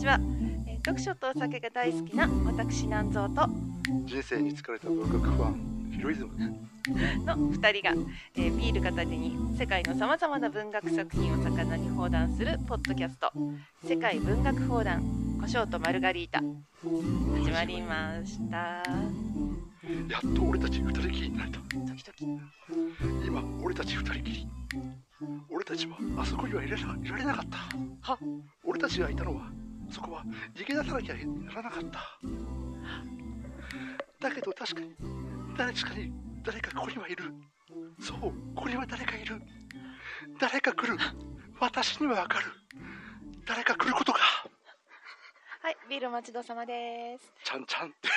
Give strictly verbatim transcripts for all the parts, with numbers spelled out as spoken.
ちは、えー、読書とお酒が大好きな私南蔵と人生に疲れた文学ファンヒロイズムのふたりが、えー、ビール片手に世界のさまざまな文学作品を魚に放談するポッドキャスト、世界文学放談胡椒とマルガリータ始まりました。 やっと俺たち二人きりになれた。 ドキドキ。 今俺たち二人きり。俺たちはあそこにはいられないられなかった。 は俺たちがいたのはそこは逃げ出さなきゃならなかった。だけど確かに誰かに誰かここにはいる。そう、ここには誰かいる。誰か来る。私にはわかる。誰か来ることが。 はい、ビールお待ちどうさまです。 ちゃんちゃんって、 はい、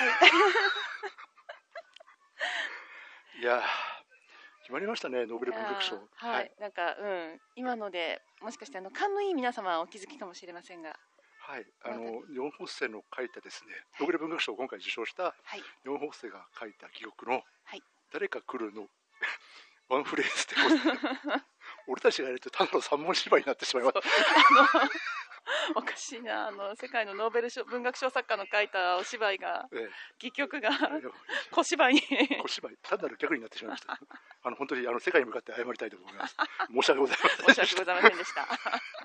いや決まりましたね、ノーベル文学賞。 はい、はい、なんかうん今のでもしかしてあの勘のいい皆様はお気づきかもしれませんが、 はい、あのヨン・フォッセの書いたですね、ノーベル文学賞を今回受賞した、はい、ヨン・フォッセが書いた戯曲の、はい、誰か来るのワンフレーズで俺たちがやるとただの三文芝居になってしまいました。 おかしいな、あの世界のノーベル賞文学賞作家の書いたお芝居が、ええ、戯曲が小芝居に小芝居単なるギャグになってしまいました。あの本当にあの世界に向かって謝りたいと思います。申し訳ございません申し訳ございませんでした。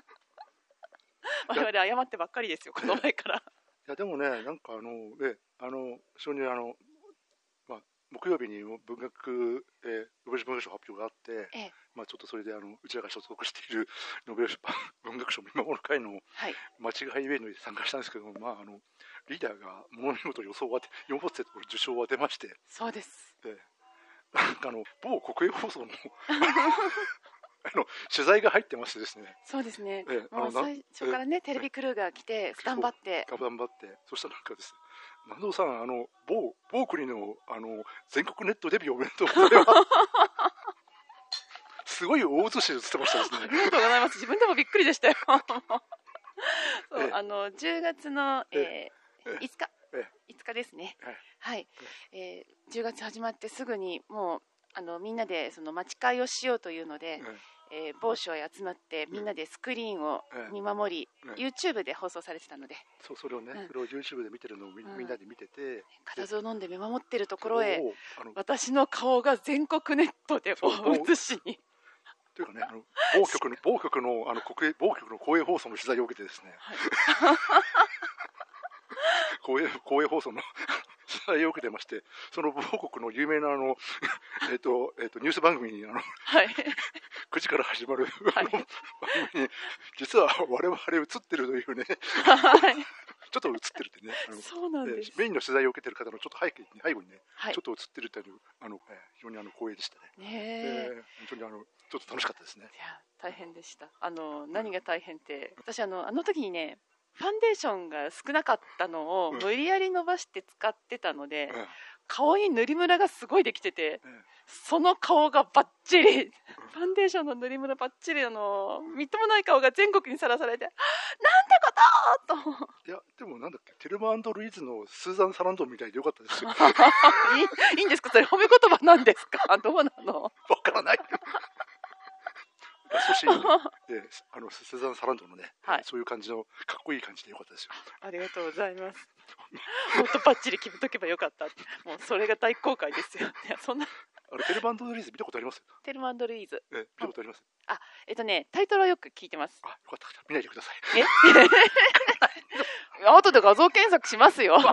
我々謝ってばっかりですよ、この前から。いやでもね、なんかあのえあの非常にあのまあ木曜日に文学、えー、ノーベル文学賞発表があって、ええ、まあちょっとそれであのうちらが所属しているノーベル文学賞見守る会の間違いイベントに参加したんですけども、まああのリーダーがものの見事予想はヨン・フォッセと受賞は出まして、 そうです。 でなんかあの某国営放送のあの取材が入ってましてですね。 そうですね。ええ、もう最初からね、テレビクルーが来てスタンバって、 スタンバって、そしたらなんかです。南蔵さん、あの某某国のあの全国ネットデビューおめでとうございます。すごい大写しで映ってましたですね。 ありがとうございます。自分でもびっくりでしたよ。そう、あのじゅうがつの、えー、いつか、いつかですね。はい、えー、じゅうがつ始まってすぐにもうあのみんなでその待ち会をしようというので、えー、某所へ集まってみんなでスクリーンを見守り、ええ、YouTube で放送されてたので、 そうそれをね、うん、それを YouTube で見てるのをみ,、うん、みんなで見てて、 固唾を飲んで見守ってるところへ私の顔が全国ネットで映しにというかね、あの某局の某局のあの国営某局の公営放送の取材を受けてですね、はい、公営公営放送の取材を受けてまして、その某国の有名なあのえっとえっとニュース番組にあの、はい、くじから始まる、はい、あの番組に実は我々映ってるというね、はい、ちょっと映ってるってね、あのそうなんです。 メインの取材を受けてる方のちょっと背景に背後にね、はい、ちょっと映ってるというあの、えー、非常にあの光栄でしたね。ねえー、本当にあのちょっと楽しかったですね。 いや大変でした。あの何が大変って、うん、私あのあの時にね。ファンデーションが少なかったのを無理やり伸ばして使ってたので、うん、顔に塗りムラがすごいできてて、うん、その顔がバッチリ、うん、ファンデーションの塗りムラバッチリのみっともない顔が全国にさらされて、なんてことと。 いやでもなんだっけ、テルマ&ルイーズのスーザン・サランドンみたいでよかったですよ。 いい、いいんですか、それ褒め言葉なんですか、どうなの。 わからない。そしてであのセザン・サランドのね、はい、そういう感じのかっこいい感じでよかったですよ。 ありがとうございます。もっとバッチリ決めとけばよかった。もうそれが大公開ですよ。いやそんなあれテルマンドルイーズ見たことあります？ テルマンドルイーズ。 え見たことあります？ あえっとねタイトルはよく聞いてます。 あよかった、見ないでください。 え？後で画像検索しますよ。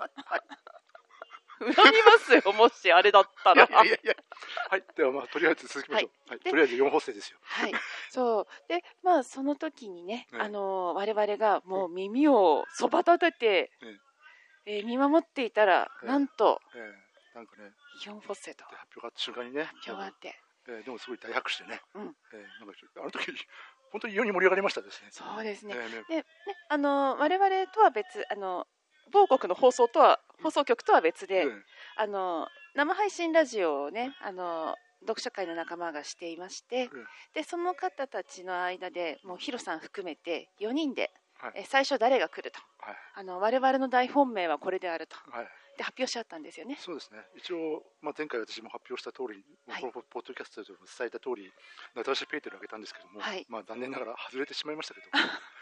恨みますよ、もしあれだったら。いやいやいやはい、ではまあとりあえず続きましょう。はいはい、とりあえずよんほっせいですよ。 はい、そうでまあその時にね、ねあの我々がもう耳をそば立てて、ねえー、見守っていたら、えー、なんと、えー、なんかねよんほっせいと発表があった瞬間にね、 発表があって、 えー、でもすごい大拍手でね、うんえー、なんかあの時本当に異様に盛り上がりましたですね。 そうですね。えー、ねでねあの我々とは別あの某国の放送とは放送局とは別で、うん、あの生配信ラジオをねあの読書会の仲間がしていまして、うん、でその方たちの間でもうヒロさん含めてよにんで、はい、え最初誰が来ると、はい、あの我々の大本命はこれであると、はい、で発表し合ったんですよね。 そうですね。一応、まあ、前回私も発表した通り、はい、このポッドキャストでも伝えた通りナターシャ・ペイテルを挙げたんですけども、はい、まあ残念ながら外れてしまいましたけど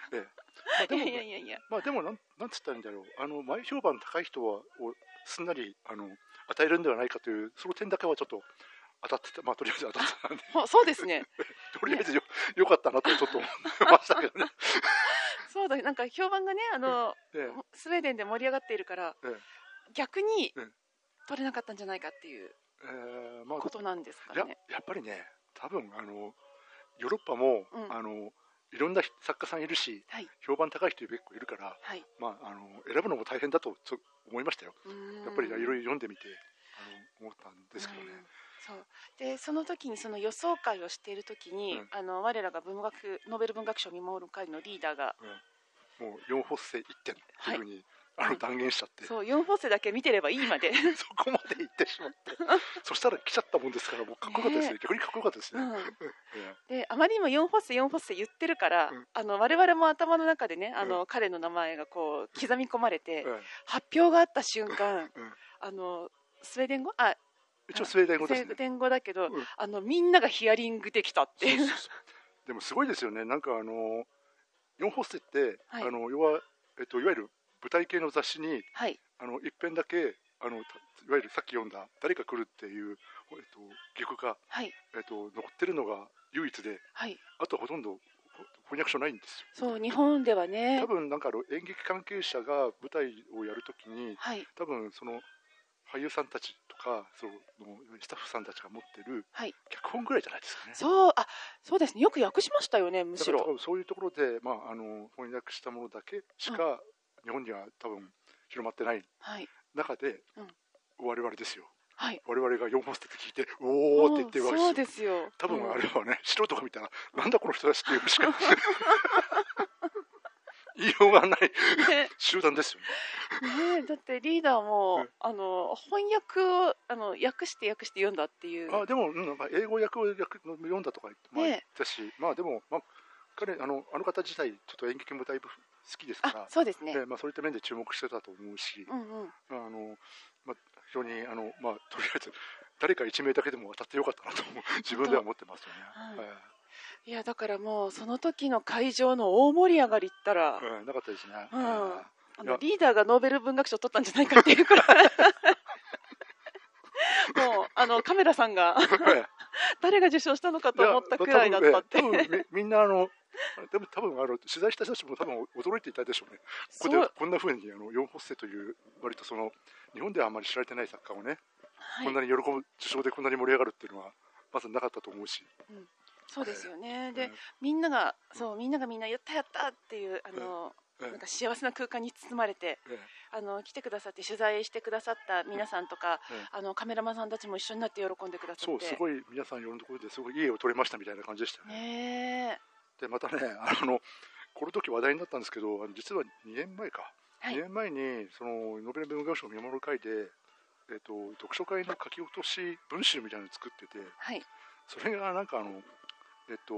ええ、まあ、でも、 いやいやいや、 まあでもなんなんつったらいいんだろう、あの前評判高い人はをすんなりあの与えるんではないかというその点だけはちょっと当たってた、まあとりあえず当たってたんで、 そうですね。 とりあえずよ、よかったなとちょっと思いましたけどね。 そうだ、なんか評判がね、あの、ええ、スウェーデンで盛り上がっているから、ええ、逆に取れなかったんじゃないかっていうことなんですかね。えーまあ、や, やっぱりね、多分あのヨーロッパも、うん、あのいろんな作家さんいるし、はい、評判高い人結構いるから、はい、まあ、あの選ぶのも大変だと思いましたよ。やっぱりいろいろ読んでみてあの思ったんですけどね。 そうでその時にその予想会をしている時に、うん、あの我らが文学ノーベル文学賞を見守る会のリーダーが、 うん、もうよんホッセいってんっていうふうに、はい、あの断言しちゃって、 そうよんホッセだけ見てればいいまでそこまで行ってしまってそしたら来ちゃったもんですからもうかっこよかったですね、逆にかっこよかったですね、うん、 であまりにもよんホッセよんホッセ言ってるから、うん、あの我々も頭の中でねあの、うん、彼の名前がこう刻み込まれて、うん、発表があった瞬間、うん、あのスウェーデン語あ一応スウェーデン語ですね。 スウェーデン語だけど、うん、あのみんながヒアリングできたっていう。そうそうそうでもすごいですよね。なんかあのよんホッセって、はい、あの要はえっといわゆる舞台系の雑誌に、はい、あの一編だけあのいわゆるさっき読んだ誰か来るっていうえっと戯句が、はい、えっと残ってるのが唯一で、はい、あとほとんど翻訳書ないんですよ。 そう日本ではね。 多分なんか演劇関係者が舞台をやるときに、はい、多分その俳優さんたちとかそのスタッフさんたちが持ってる脚本ぐらいじゃないですかね。はい、 そうあそうですねよく訳しましたよねむしろ。 だからそういうところで、まあ、あの翻訳したものだけしか日本には多分広まってない中で、うんうん、我々ですよ、はい、我々がよんホッセって聞いておーって言ってるわけですよ。 そうですよ。 多分あれはね、うん、素人が見たらなんだこの人たちっていうしか言いようがない集団ですよね。ねだってリーダーも、うん、あの翻訳をあの訳して訳して読んだっていう。 あでも、うん、なんか英語訳を訳読んだとか言ってたし、ね、まあでも、まあ、彼あのあの方自体ちょっと演劇もだいぶ好きですから、 そうですね。 でまあそういった面で注目してたと思うし、うんうん、あのまあ非常にあのまあとりあえず誰か一名だけでも当たってよかったなと思う自分では思ってますよね。はいいやだからもうその時の会場の大盛り上がりったら、 うん、なかったですね、 うん、あのリーダーがノーベル文学賞を取ったんじゃないかっていうくらいもうあのカメラさんが誰が受賞したのかと思ったくらいだったって。 多分み, みんなあのでも多分あの取材した人たちも多分驚いていたでしょうね。ここでこんなふうにあのヨン・ホッセという割とその日本ではあまり知られてない作家をね、はい、こんなに喜ぶ受賞でこんなに盛り上がるっていうのはまずなかったと思うし。うんそうですよね。で、みんながそうみんながみんなやったやったっていうあの、なんか幸せな空間に包まれて、あの来てくださって取材してくださった皆さんとか、あのカメラマンさんたちも一緒になって喜んでくださって、 そうすごい皆さん呼んでくれてすごいいい絵を撮れましたみたいな感じでしたよね。ねでまたねあのこの時話題になったんですけど、実はにねんまえか、はい、にねんまえにそのノーベル文学賞を見守る会で、えっと読書会の書き落とし文集みたいなのを作ってて、はい、それがなんかあのえっと、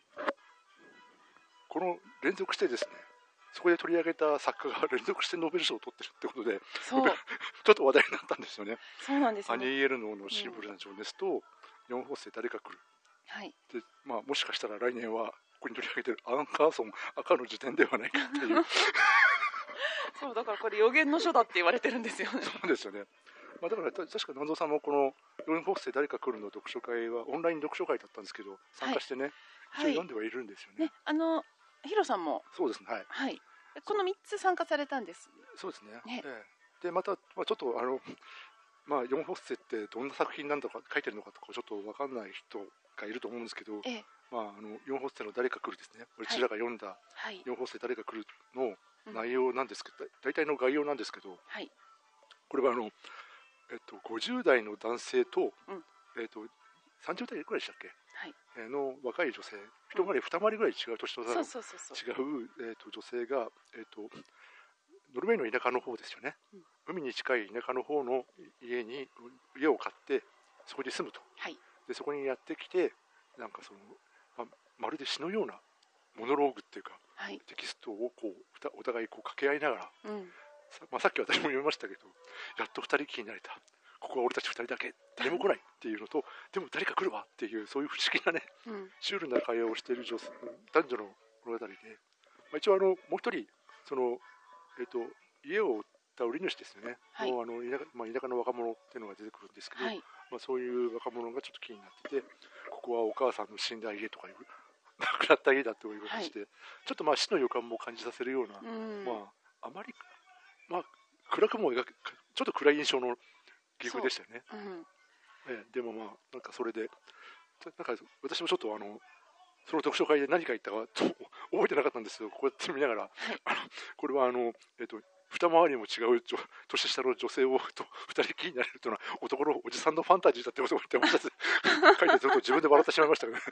この連続してですねそこで取り上げた作家が連続してノーベル賞を取ってるってことでちょっと話題になったんですよね。 そうなんですね。 アニー・エルノーのシンプルな情熱と、うん、ヨン・ホッセ誰か来る、はいでまあ、もしかしたら来年はここに取り上げてるアン・カーソン赤の辞典ではないかっていうそうだからこれ予言の書だって言われてるんですよね。 そうですよね。まあ、だから確か南蔵さんもこのヨン・ホッセ誰か来るの読書会はオンライン読書会だったんですけど参加してね、はい、一応読んではいるんですよね。ねあのヒロさんもそうですね、はい、 はい、このみっつ参加されたんです。 そうですね。ねええ、でまた、まあ、ちょっとあの、まあ、ヨン・ホッセってどんな作品なんだか書いてるのかとかちょっと分かんない人がいると思うんですけど、ええまあ、あのヨン・ホッセの誰か来るですね、うちらが読んだ、はい、ヨン・ホッセ誰か来るの内容なんですけど、うん、大体の概要なんですけど、はい、これはあのえっと、ごじゅう代の男性と、うんえっと、さんじゅう代くらいでしたっけ、はいえー、の若い女性、一回り二回りぐらい違う年と違う、えー、と女性が、えー、とノルウェーの田舎の方ですよね、うん、海に近い田舎の方の家に家を買ってそこに住むと、はい、でそこにやってきてなんかその、ま、まるで詩のようなモノローグっていうか、はい、テキストをこうお互いこう掛け合いながら、うんさ, まあ、さっき私も読みましたけどやっとふたりきりになれた、ここは俺たちふたりだけ誰も来ないっていうのとでも誰か来るわっていうそういう不思議なね、うん、シュールな会話をしている女男女の物語であ、一応あのもう一人その、えっと、家を売った売り主ですよね、はい、あの田舎、まあ、田舎の若者っていうのが出てくるんですけど、はい、まあ、そういう若者がちょっと気になってて、ここはお母さんの死んだ家とかいう亡くなった家だということして、はい、ちょっとまあ死の予感も感じさせるような、うん、まあ、あまり、まあ、暗くも描くちょっと暗い印象の戯風でしたよね、うん、えでもまあなんかそれでなんか私もちょっとあのその読書会で何か言ったかちょっと覚えてなかったんですけど、こうやって見ながら、はい、あのこれはあの、えっと、二回りも違う年下の女性をと二人きりになれるというのは男のおじさんのファンタジーだってことを言ってました書いてずっと自分で笑ってしまいましたけどね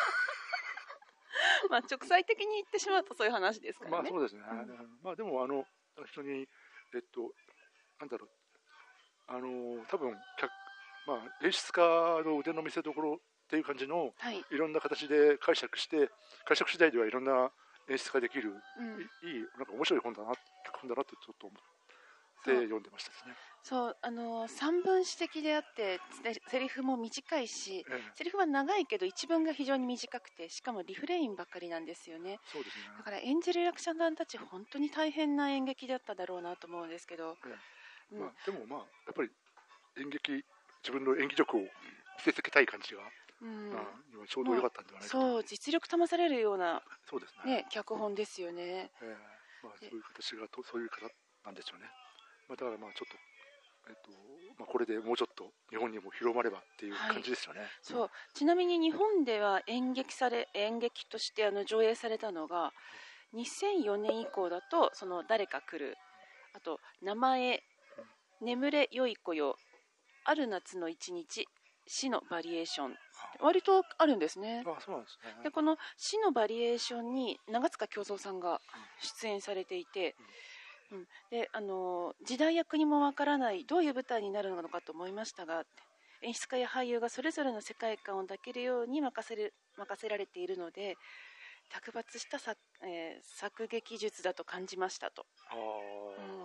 まあ直裁的に言ってしまうとそういう話ですからね。 まあそうですね、うん、まあでもあの非常にえっとなんだろうあの多分まあ演出家の腕の見せ所っていう感じの、はい、いろんな形で解釈して解釈次第ではいろんな演出ができる、うん、いいなんか面白い本だな脚本だなってちょっと思って読んでましたですね。 そうあの三分詞的であってセリフも短いし、ええ、セリフは長いけど一文が非常に短くてしかもリフレインばっかりなんですよね。 そうですね。 だから演じる役者さんたち本当に大変な演劇だっただろうなと思うんですけど、ええうんまあ、でもまあやっぱり演劇自分の演技力を見せつけたい感じが、うんまあ、ちょうど良かったんではないかと、まあ、 そう実力試されるようなそうですね、 ね、脚本ですよね、 えーまあ、そういう形がとそういう方なんですよね、まあ、だからまあちょっと、えっとまあ、これでもうちょっと日本にも広まればっていう感じですよね、はい、 そう、うん、ちなみに日本では演劇され演劇としてあの上映されたのがにせんよねん以降だとその誰か来る、あと名前、眠れよい子よ、ある夏の一日、死のバリエーション、割とあるんですね。 あ、そうなんですね。 でこの死のバリエーションに長塚京三さんが出演されていて、うんうん、であの時代役にもわからないどういう舞台になるのかと思いましたが、演出家や俳優がそれぞれの世界観を抱けるように任せる任せられているので卓抜した作、えー、作劇術だと感じましたと。あ、うん、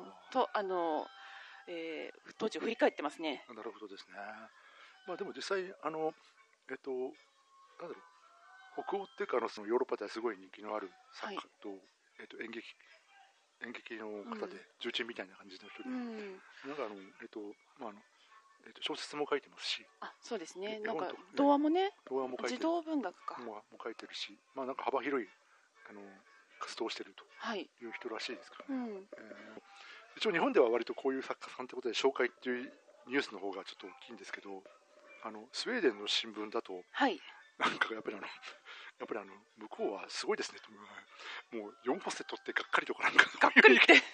とあのえー、当時を振り返ってますね。 なるほどですね。まあ、でも実際あの、えっと、なんだろう北欧っていうかあのそのヨーロッパではすごい人気のある作家と、はい、えっと、演劇演劇の方で、うん、重鎮みたいな感じの人で、うん、なんかあの、えっとまああのえっと、小説も書いてますし、 あ、そうですね、なんか童話もね、童話も書いてる、児童文学かも書いてるし、まあ、なんか幅広いあの活動をしているという人らしいですからね、はい、うんえー一応日本では割とこういう作家さんということで紹介っていうニュースの方がちょっと大きいんですけど、あのスウェーデンの新聞だと、はい、なんかやっぱりあのやっぱりあの向こうはすごいですねと、もうよんホセ取ってがっかりとかなんかがっかりって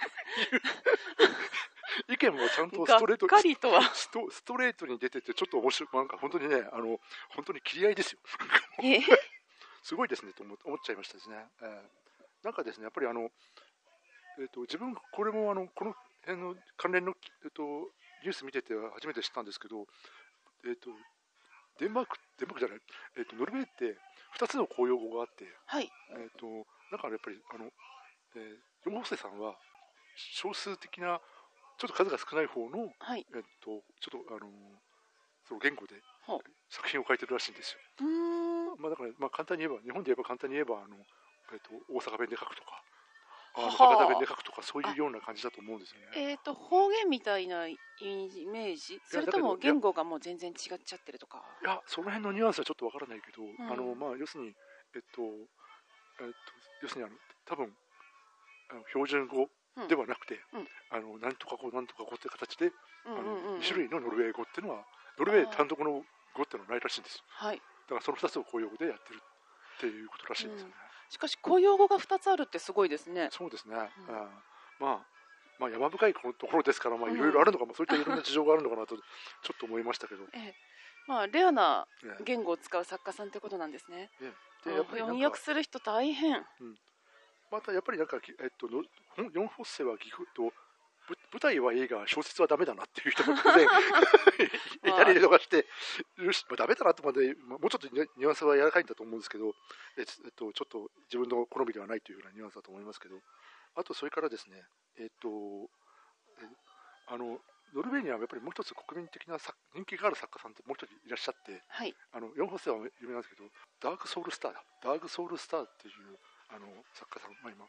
意見もちゃんとストレートがっかりとはスト、ストレートに出ててちょっと面白い、なんか本当にねあの本当に切り合いですよえすごいですねと思っちゃいましたですね、えー、なんかですねやっぱりあのえー、と自分これもあのこの辺の関連の、えー、とニュース見てて初めて知ったんですけど、えー、とデンマークデンマークじゃない、えー、とノルウェーってふたつの公用語があって、はいえー、となんかやっぱりあの、えー、ヨンホセさんは少数的なちょっと数が少ない方の、はいえー、とちょっとあのその言語で作品を書いてるらしいんですよ。うーん、まあ、だから、まあ、簡単に言えば日本で言えば簡単に言えばあの、えー、と大阪弁で書くとかあの博多弁で書くとかそういうような感じだと思うんですよね。 えっと方言みたいなイメージ、それとも言語がもう全然違っちゃってるとか。 いやその辺のニュアンスはちょっとわからないけど、うん、あのまあ要するにえっとえっと要するにあの多分あの標準語ではなくて、うん、あのなんとか語なんとか語って形で、うんうんうんうん、に種類のノルウェー語っていうのはノルウェー単独の語っていうのはないらしいんですよ。はい。だからそのふたつを公用語でやってるっていうことらしいですよね。うんしかし公用語がふたつあるってすごいですね。 そうですね、うんあまあ、まあ山深いところですからいろいろあるのかも、うん、そういったいろんな事情があるのかなとちょっと思いましたけど、ええまあ、レアな言語を使う作家さんってことなんですね、ええ、でやっぱり翻訳する人大変、うん、 またやっぱりなんか、えっと、ヨン・フォッセは岐阜と舞台は映画小説はダメだなっていう人も当然いたりとかしてよし、まあ、ダメだなとまで、まあ、もうちょっとニュアンスは柔らかいんだと思うんですけど、えっと、ちょっと自分の好みではないというようなニュアンスだと思いますけど、あとそれからですねえっとえあのノルウェーにはやっぱりもう一つ国民的な人気がある作家さんってもう一人いらっしゃって、はい、あのヨン・フォッセは有名なんですけどダークソウルスターだダークソウルスターっていうあの作家さん、まあ、今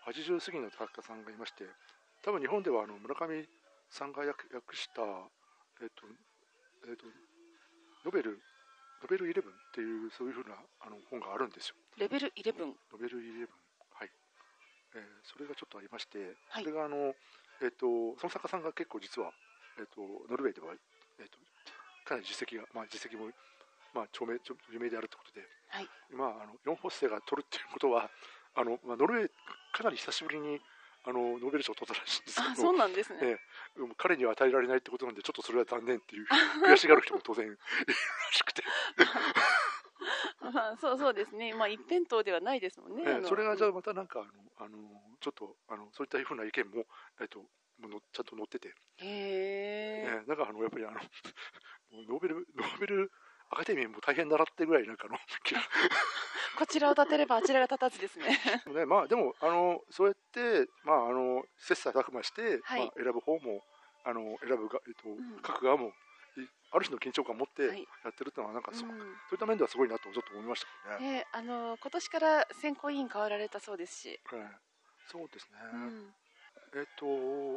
はちじゅう過ぎの作家さんがいまして、多分日本ではあの村上さんが訳した、えっとえっと、ノベルノベルイレブンっていうそういうふうなあの本があるんですよ。 レベルイレブン。 ノベルイレブン、はい、えー、それがちょっとありまして、 はい、 それがあの、えっと、その作家さんが結構実は、えっと、ノルウェーでは、えっと、かなり実績が、まあ、実績も、まあ、著名有名であるということで、 はい、 まあ、あのヨン・フォッセが取るっていうことはあの、まあ、ノルウェーかなり久しぶりにあのノーベル賞を取ったらしいんですけど、 あ、そうなんですね、 えー、彼には与えられないってことなんでちょっとそれは残念っていう悔しがる人も当然いるらしくてまあ、そうそうですね、まあ、一辺倒ではないですもんね、 えー、それがじゃあまたなんかあのあのちょっとあのそういったふうな意見も、えー、ともちゃんと載ってて、 へー、 えー、なんかあのやっぱりあのノーベルノーベルアカデミーも大変だなってぐらいなんかのこちらを立てればあちらが立たずですねね、まあでもあのそうやって、まあ、あの切磋琢磨して、はい、まあ、選ぶ方もあの選ぶが、えっとうん、各側もある種の緊張感を持ってやってるっていうのはなんかそ、はい、そういった面ではすごいなとちょっと思いましたね。 ね、あの今年から選考委員変わられたそうですし、 えー、そうですね、うん、えっと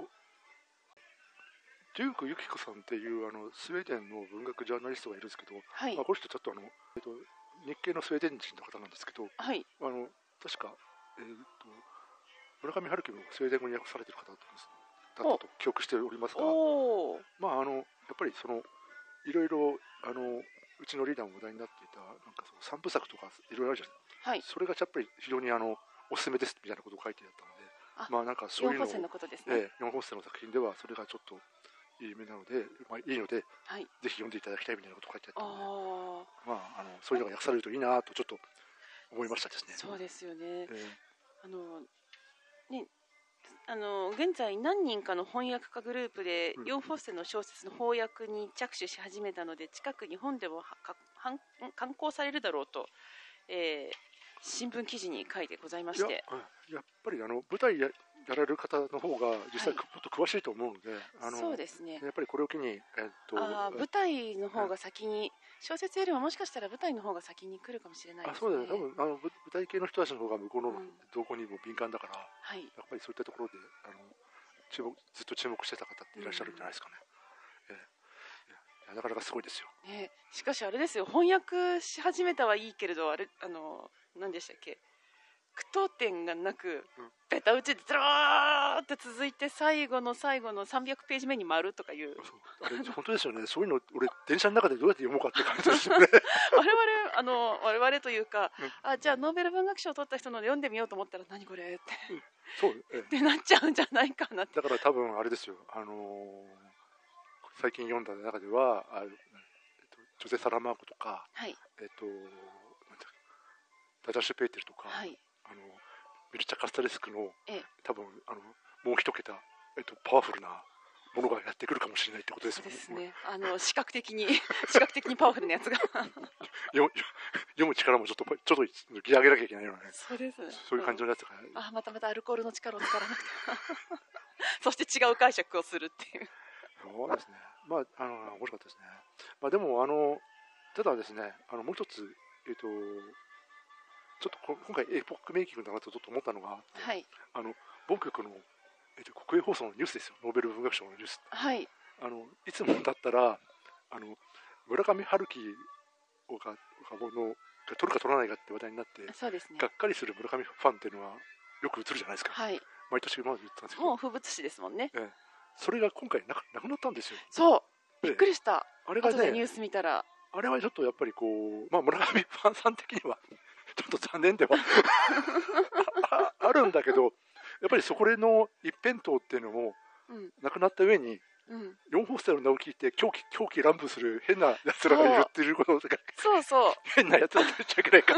デューク・ユキコさんっていうあのスウェーデンの文学ジャーナリストがいるんですけど、はい、まあ、この人ちょっとあの、えっと、日系のスウェーデン人の方なんですけど、はい、あの確か、えー、と村上春樹もスウェーデン語に訳されている方だったと記憶しておりますが、まああのやっぱりそのいろいろあのうちのリーダーも話題になっていたなんかその三部作とかいろいろあるじゃないですか、はい、それがやっぱり非常にあのおすすめですみたいなことを書いてあったので、まあなんかそういうのをヨン・フォッセのことですね、えー、ヨン・フォッセの作品ではそれがちょっと有名なので、まあ、いいので、はい、ぜひ読んでいただきたいみたいなことを書いてあったので、まあ、あのそういうのが訳されるといいなとちょっと思いましたですね。 そうですよね、えー、あのねあの現在何人かの翻訳家グループで、うん、ヨン・フォッセの小説の翻訳に着手し始めたので近く日本でも刊行されるだろうと、えー、新聞記事に書いてございまして、 や, やっぱりあの舞台ややられる方の方が実際もっと詳しいと思うので、はい、あのそうですね、 やっぱりこれを機に、えー、っとあ舞台の方が先に、小説よりももしかしたら舞台の方が先に来るかもしれないですね。あ、そうだね、 多分あの舞台系の人たちの方が向こうの動向にも敏感だから、うん、はい、やっぱりそういったところであの注目ずっと注目してた方っていらっしゃるんじゃないですかね。うん、えー、いやなかなかすごいですよ、 ね、しかしあれですよ、翻訳し始めたはいいけれど、あれあの何でしたっけ、句読点がなく、ベタ打ちでずらーって続いて最後の最後のさんびゃくページ目に丸とかいう、 あれ本当ですよね、そういうの俺電車の中でどうやって読もうかって感じですよね我々あの我々というか、うん、あじゃあノーベル文学賞を取った人の読んでみようと思ったら何これって、うん、そう、ええ、ってなっちゃうんじゃないかなって。 だから多分あれですよ、あのー、最近読んだ中ではあ、えっと、ジョゼ・サラマーコとか、はい、えっとダジャシュ・ペーテルとか、はい、あのミルチャ・カスタレスクの、ええ、多分あのもう一桁、えっと、パワフルなものがやってくるかもしれないってことですよね。 そうですね、あの視覚的に視覚的にパワフルなやつが読む力もちょっとちょっとギア上げなきゃいけないようなね。 そうですね、 そういう感じのやつが、 うん、あまたまたアルコールの力を使わなくてそして違う解釈をするっていう。 そうですね、まああの面白かったですね。まあでもあのただですね、あのもう一つえっとちょっと今回エポックメイキングだなとちょっと思ったのが、はい、あの某局の、えっと、国営放送のニュースですよ、ノーベル文学賞のニュース、はい、あのいつもだったらあの村上春樹をがのが取るか取らないかって話題になって、そうですね、がっかりする村上ファンっていうのはよく映るじゃないですか、はい、毎年今まで言ってたんですけど、 もう風物詩ですもんね、ええ、 それが今回なく、なくなったんですよ。 そうびっくりした、ええ、あれがね、後でニュース見たらあれはちょっとやっぱりこう、まあ、村上ファンさん的にはちょっと残念ではあ, あるんだけど、やっぱりそこでの一辺倒っていうのもなくなった上に、うん、ヨン・フォッセの名を聞いて狂気狂気乱舞する変なやつらがいるっていうことが、 そうそう変なやつらと言っちゃいけないか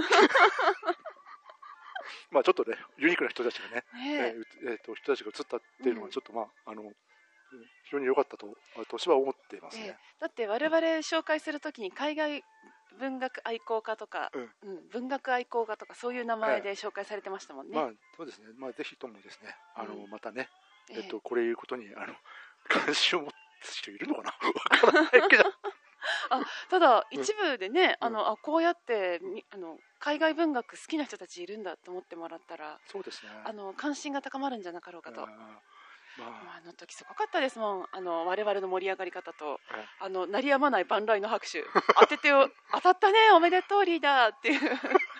まあちょっとねユニークな人たちがね、ねえーえー、と人たちが映ったっていうのはちょっとまあ、うん、あの非常に良かったと私は思っていますね、えー、だって我々紹介するときに海外文学愛好家とか、うんうん、文学愛好家とかそういう名前で紹介されてましたもんね、 まあそうですね、まあ、ぜひともですね、あの、うん、またね、えっと、これいうことにあの関心を持つ人いるのかなわからないけどあただ一部でね、うん、あのあこうやってあの海外文学好きな人たちいるんだと思ってもらったら、 そうですね、 あの関心が高まるんじゃなかろうかと。 まあ、 あの時すごかったですもん、あの我々の盛り上がり方と、あの鳴りやまない万来の拍手当ててよ当たったねおめでとうリーダーっていう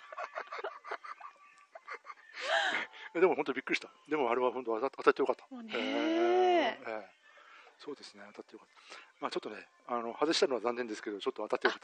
でも本当びっくりした。でもあれは本当当たってよかった。 もうね、えーえー、そうですね、当たってよかった。まあちょっとね、あの外したのは残念ですけど、ちょっと当たってよかった。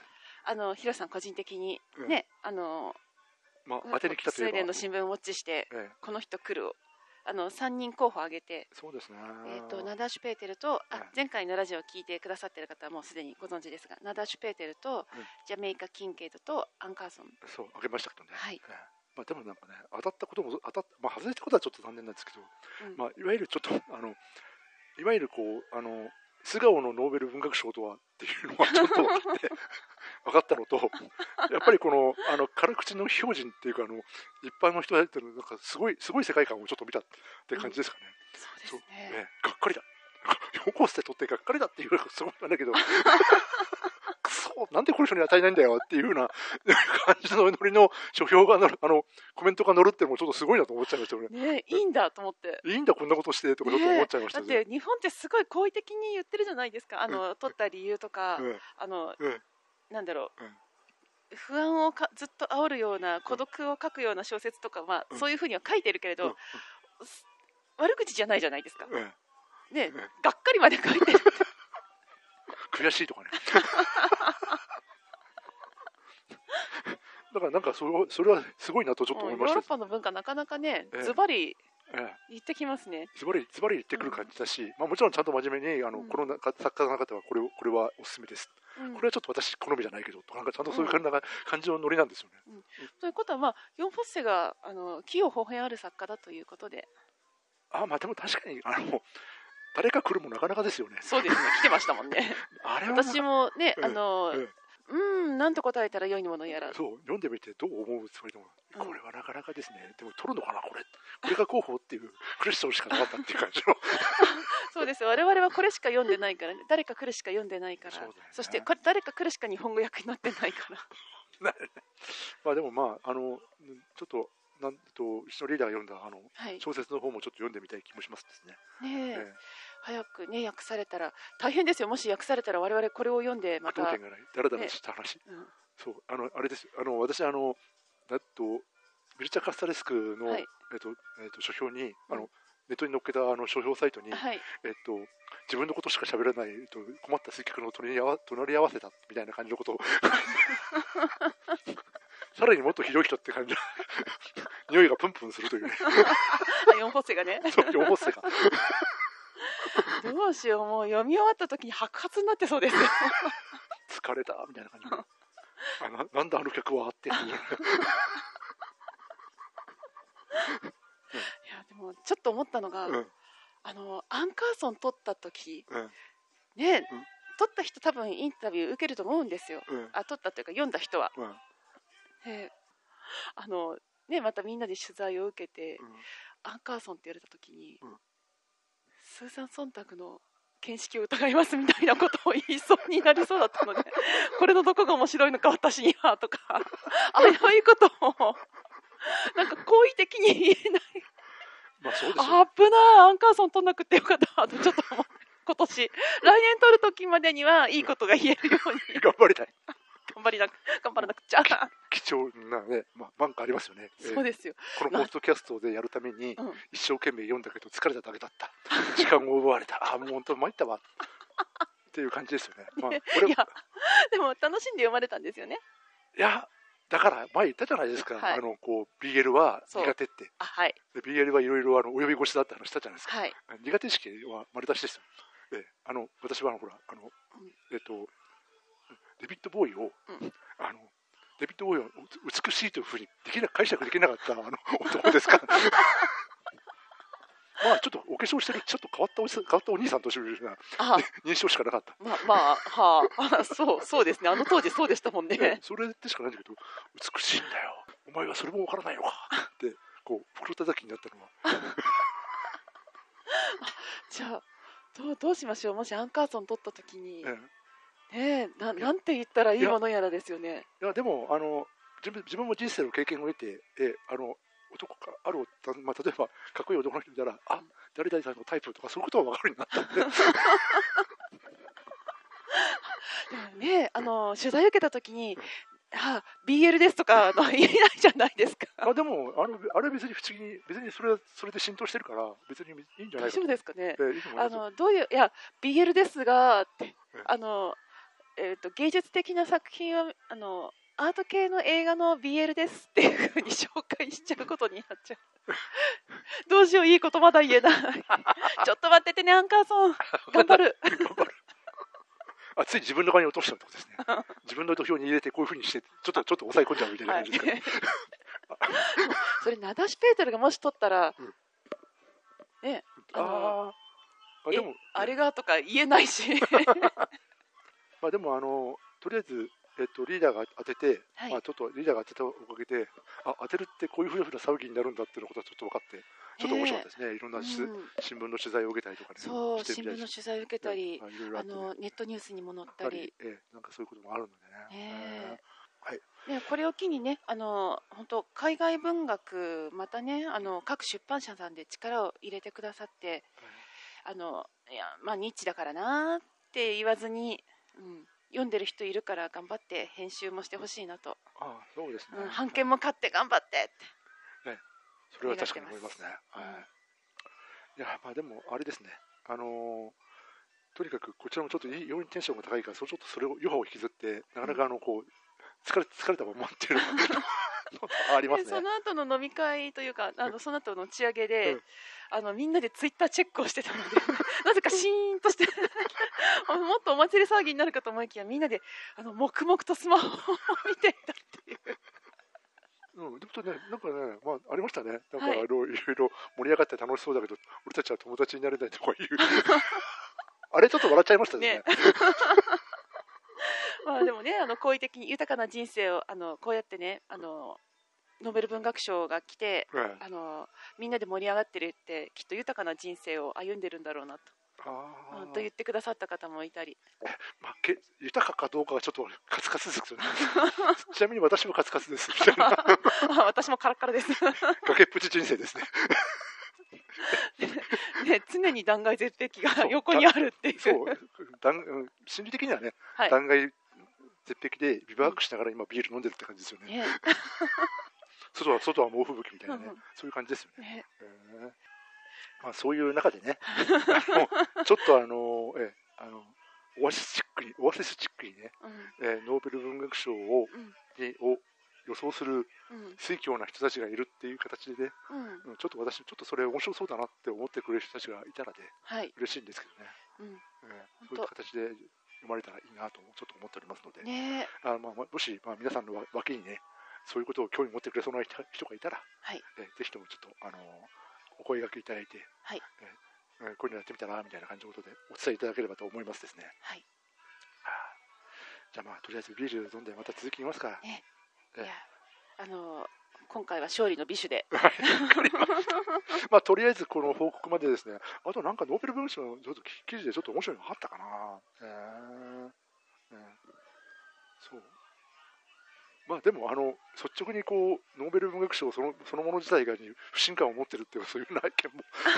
あのヒロさん個人的にね、うん、あのまあ当てに来たといえばスウェーデンの新聞ウォッチして、えー、この人来るをあのさんにん候補挙げて、 そうですね、 えー、とナダーシュペーテルと、あ、前回のラジオを聞いてくださっている方はもうすでにご存知ですが、ナダーシュペーテルと、うん、ジャメイカ・キンケイドとアンカーソン、 そう挙げましたけどね、 はい、 えーまあ、でもなんかね、当たったことも当たっ、まあ、外れたことはちょっと残念なんですけど、うん、まあ、いわゆるちょっとあのいわゆるこうあの素顔のノーベル文学賞とはっていうのはちょっと分かって分かったのと、やっぱりこのあの辛口の標準っていうか、あの一般の人がやってるなんかすごいすごい世界観をちょっと見たって感じですかね。 うん、そうですね。ね、 がっかりだ。高校生取ってがっかりだっていうのがすごいなんだけど。くそなんでこの人に与えないんだよっていうような感じのノリの書評が乗る、あのコメントが乗るっていうのもちょっとすごいなと思っちゃいましたよね。 ね、いいんだと思って。 いいんだこんなことしてとかちょっと思っちゃいましたね。 だって日本ってすごい好意的に言ってるじゃないですか。あの、うん、取った理由とか、うん、あの、うん、なんだろう。うん、不安をかずっと煽るような孤独を書くような小説とか、まあ、うん、そういうふうには書いてるけれど、うん、悪口じゃないじゃないですか。うん、ね、うん、がっかりまで書いてる。 悔しいとかね。だからなんかそれはそれはすごいなとちょっと思いました。 ヨーロッパの文化なかなかね、ズバリ言ってきますね。 ズバリズバリ言ってくる感じだし、うん、まあもちろんちゃんと真面目にあの、うん、この作家の中ではこれをこれはおすすめです。うん、これはちょっと私好みじゃないけどとなんかちゃんとそういう感じのノリなんですよね。 うんうん、ということはまあヨン・フォッセがあの器用方変ある作家だということで。 あまあでも確かにあの。誰か来るもなかなかですよね。 そうですね、来てましたもんね。あれは私もね、あの、うん、うん、なんと答えたら良いものやら。 そう、読んでみてどう思うつもりでも、うん、これはなかなかですね。でも取るのかな、これ。これが候補っていう苦しさしかなかったっていう感じの。 そうです。我々はこれしか読んでないからね。誰か来るしか読んでないから。そ, ね、そして誰か来るしか日本語訳になってないから。 まあでもまあ、あの、ちょっと、なんとうちのリーダーが読んだあの、はい、小説の方もちょっと読んでみたい気もしますですね。 ねえ、ええ、早くね訳されたら大変ですよ。もし訳されたら我々これを読んでまた。 句読点がない。だらだらした話。ね、うん、そうあのあれですあの私あのだとビルチャ・カスタレスクの、はい、えっとえっと書評に、うん、あのネットに載っけたあの書評サイトに、はい、えっと自分のことしか喋らないと困った接客の隣に合わ隣り合わせたみたいな感じのことを。さらにもっとひどい人って感じの匂いがプンプンするというね。 ヨン・フォッセがね。 そう、ヨン・フォッセが。 どうしよう、もう読み終わった時に白髪になってそうですよ。 疲れたみたいな感じで。あな、なんだあの客はって感じ。いやでもちょっと思ったのが、うん、あのアンカーソン撮った時、うん、ね、うん、撮った人多分インタビュー受けると思うんですよ。うん、あ、撮ったというか読んだ人は。うんであのね、またみんなで取材を受けて、うん、アンカーソンって言われた時に、うん、スーザン・ソンタグの見識を疑いますみたいなことを言いそうになりそうだったのでこれのどこが面白いのか私にはとかああいうことをなんか好意的に言えない。 まあそうですよね、 あぶなアンカーソン取んなくてよかったとちょっと今年来年取る時までにはいいことが言えるように頑張りたい。 頑張りなく頑張らなくちゃ。 貴重なね、まあ、なんかありますよね。 そうですよ。 えー、このポッドキャストでやるために、一生懸命読んだけど疲れただけだった。時間を奪われた。あ、もう本当参ったわ。っていう感じですよね。まあ、これいや、でも楽しんで読まれたんですよね。 いや、だから前言ったじゃないですか。はい、あのこう ビーエル は苦手って。 あ、はい。 で ビーエル はいろいろあの及び腰だって話したじゃないですか。 はい。 苦手意識は丸出しですよ。え、あの私はほらあの、うん、えっと。デビッド・ボーイを、うん、あのデビッド・ボーイを美しいというふうにできな解釈できなかったあの男ですからまあちょっとお化粧してるちょっと変わったおじさん変わったお兄さんというような認証しかなかった。 まあまあはあそうそうですね、あの当時そうでしたもんね。 ね、それでしかないんだけど美しいんだよお前はそれもわからないのかってこう袋叩きになったのはじゃあどうどうしましょう、もしアンカーソン取った時に、えええー、ななんて言ったらいいものやらですよね。 いやでもあの自分自分も人生の経験を得て、えあの男かある、まあ、例えばかっこいい男の人いたら、あ、誰々さんのタイプとかそういうことは分かるようになったんで。 でもね、あの取材受けた時に、はあ、ビーエル ですとか言えないじゃないですか。 あでもあのあれ別に不思議に別にそれはそれで浸透してるから別にいいんじゃないかと。 大丈夫ですかね。 えー、いいと思います。 あのどういういや ビーエル ですがって、あのえっ、ー、と芸術的な作品はあのアート系の映画の ビーエル ですっていうふうに紹介しちゃうことになっちゃう。どうしよう、いいことまだ言えない。ちょっと待っててね、アンカーソン。頑張る。 頑張る。あ、つい自分の側に落としちゃうってことですね。自分の土俵に入れてこういうふうにしてちょっとちょっと抑え込んじゃうみたいな感じですかね。 はい、それナダシュペーテルがもし取ったら、うん、ね、あのああでもあれがとか言えないし。 まあでもあのとりあえず。えっと、リーダーが当てて、はい、まあ、ちょっとリーダーが当てたおかげで、あ、当てるってこういうふうな騒ぎになるんだっていうことがちょっと分かって、ちょっと面白かったですね。えー、いろんな、うん、新聞の取材を受けたりとかね。 そう、新聞の取材を受けたり、あのネットニュースにも載ったり、 えー、なんかそういうこともあるのでね。 えーはい、でこれを機にね、あの本当海外文学またね、あの各出版社さんで力を入れてくださって、はい、あのいやまあニッチだからなって言わずに。うん、読んでる人いるから頑張って編集もしてほしいなと。 ああ、そうですね。 うん、版権も買って頑張ってって。 ね、それは確かに思いますね。はい。いや、まあでもあれですね。あのー、とにかくこちらもちょっと容易にテンションが高いから、それちょっとそれを余波を引きずってなかなかあのこう疲れ疲れたままっていうのがありますね。 その後の飲み会というか、あのその後の打ち上げで、うん、あのみんなでツイッターチェックをしてたのでなぜかシーンとしてもっとお祭り騒ぎになるかと思いきやみんなであの黙々とスマホを見ていたっていう。 うん、でもね、なんかね、まあ、ありましたね。なんか、はい、いろいろ盛り上がって楽しそうだけど、俺たちは友達になれないとかいうあれちょっと笑っちゃいましたね。ねまあでもね、あの好意的に豊かな人生をあのこうやってね、あのノーベル文学賞が来て、はい、あのみんなで盛り上がってるってきっと豊かな人生を歩んでるんだろうなと。あと言ってくださった方もいたり、 まあ、け豊かかどうかはちょっとカツカツですよねちなみに私もカツカツですみたいな私もカラッカラです崖っぷち人生ですねね、常に断崖絶壁が横にあるっていう。そう断心理的にはね、はい、断崖絶壁でビバークしながら今ビール飲んでるって感じですよね、ね外は外は猛吹雪みたいなね、うん、そういう感じですよね、ねえーまあ、そういう中でねちょっとあの、えあのオアシスチックにオアシスチックにね、うんえー、ノーベル文学賞を,、うん、にを予想する水教な人たちがいるっていう形でね、うん、ちょっと私ちょっとそれ面白そうだなって思ってくれる人たちがいたらで、はい、嬉しいんですけどね、うんえー、そういう形で読まれたらいいなとちょっと思っておりますので、ねあまあ、もし、まあ、皆さんの脇にねそういうことを興味持ってくれそうな人がいたら、はいえー、ぜひともちょっとあのお声掛けいただいて、はいえー、こういうのやってみたらみたいな感じのことでお伝えいただければと思いますですね。はい。はあ、じゃあまあとりあえずビール飲んでまた続きますか。ね、 えー、いやあのー、今回は勝利の美酒で。 まあとりあえずこの報告までですね。あとなんかノーベル文学賞のちょっと記事でちょっと面白いのあったかな。えーえー、そう。まあでもあの率直にこうノーベル文学賞そのそのもの自体がに不信感を持ってるっていうそういう内見も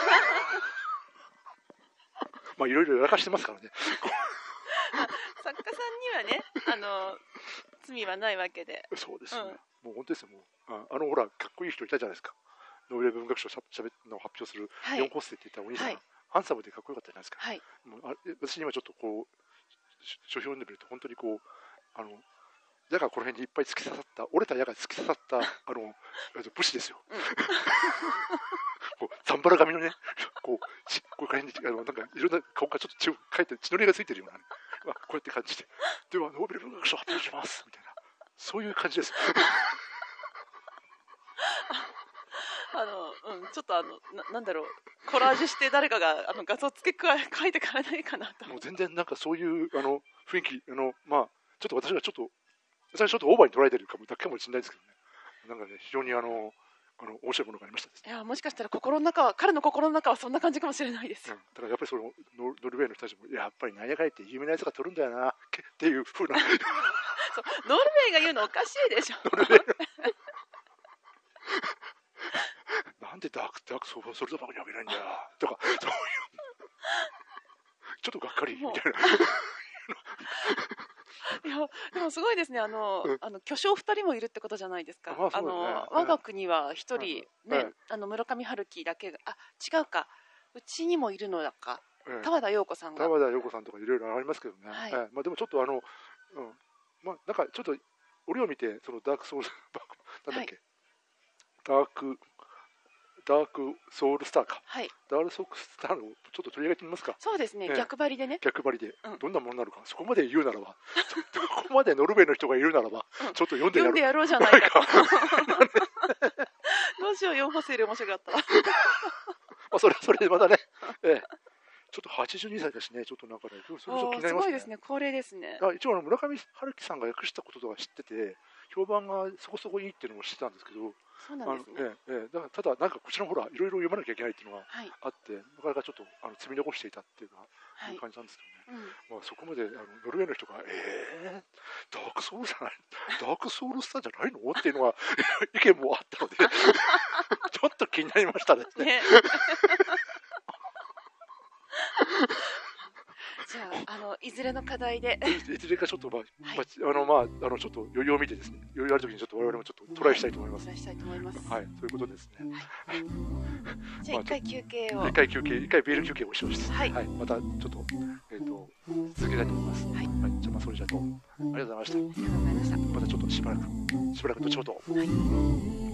まあいろいろやらかしてますからね作家さんにはねあの罪はないわけで。 そうですね、うん、もう本当ですよ。もう あ, あのほらかっこいい人いたじゃないですか。ノーベル文学賞しゃしゃべの発表する、はい、ヨン・ホッセって言ったお兄さん、はい、ハンサムでかっこよかったじゃないですか、はい、もうあ私にはちょっとこう書評を読んでみると本当にこうあの矢がこの辺にいっぱい突き刺さった折れた矢が突き刺さったあの武士ですよ、うん、こうザンバラ髪のねこうちこういう感じであのなんかいろんな顔がちょっと血をかいて血のりがついてるような、ね、こうやって感じでではノーベル文学賞発表しますみたいなそういう感じですあの、うん、ちょっとあの な, なんだろうコラージュして誰かがあの画像付け加え書いてからないかなと。 もう全然なんかそういうあの雰囲気あのまあちょっと私がちょっとちょっとオーバーに捉えてるかもだけかもしれないですけどね。なんかね非常にあのあの面白いものがありましたですね。 いやもしかしたら心の中は彼の心の中はそんな感じかもしれないです。 うん、だからやっぱりそのノルウェーの人たちもやっぱりなんやかんやって有名なやつが取るんだよなっていうふうなそうノルウェーが言うのおかしいでしょ。ノルウェーなんでダークダークソルトバグにあげないんだよとかそういうちょっとがっかりみたいな。 いやでもすごいですね、あの、うん、あの巨匠ふたりもいるってことじゃないですか。 あ、あの我が国はひとりね、ね、あの村上春樹だけが、あ違うか、うちにもいるのだか、ええ、田和田陽子さんが、 田和田陽子さんとかいろいろありますけどね、はい、ええ、まあ、でもちょっとあの、うん、まあ、なんかちょっと俺を見てそのダークソウルなんだっけ、はい、ダークダークソウルスターか、 はい、 ダークソウルスターのちょっと取り上げてみますか。 そうですね、ええ、逆張りでね、 逆張りで、うん、どんなものなのかそこまで言うならばここまでノルウェーの人がいるならば、うん、ちょっと読んでやろう、 読んでやろうじゃないかどうしよう、よん補正で面白かったまあそれはそれでまたね、ええ、ちょっとはちじゅうにさいだしね、ちょっとなんかね、それちょっと気になりますね。 すごいですね、高齢ですね。 あ、一応あの村上春樹さんが訳したこととか知ってて、評判がそこそこいいっていうのも知ってたんですけど、 そうなんですね。 ええええ、だからただなんかこちらのほらいろいろ読まなきゃいけないっていうのがあって、はい、なかなかちょっとあの積み残していたっていうか、はい、いう感じなんですけどね。うん、まあそこまであのノルウェーの人がえー、ダークソウルじゃない、ダークソウルスターじゃないのっていうのが意見もあったのでちょっと気になりましたですね。ねじゃあ、あのいずれの課題でいずれかちょっとまあ、はい、あのまああのちょっと余裕を見てですね、余裕ある時にちょっと我々もちょっとトライしたいと思います。 トライしたいと思います。 はい、そういうことですね。はい、 じゃあ一回休憩を。 一回休憩、一回ビール休憩をしました。はい、はい、またちょっとえっ、ー、と続けたいと思います。はい、はい、じゃあまあそれじゃあどうもありがとうございました。ありがとうございました。またちょっとしばらくしばらく後ほど。はい。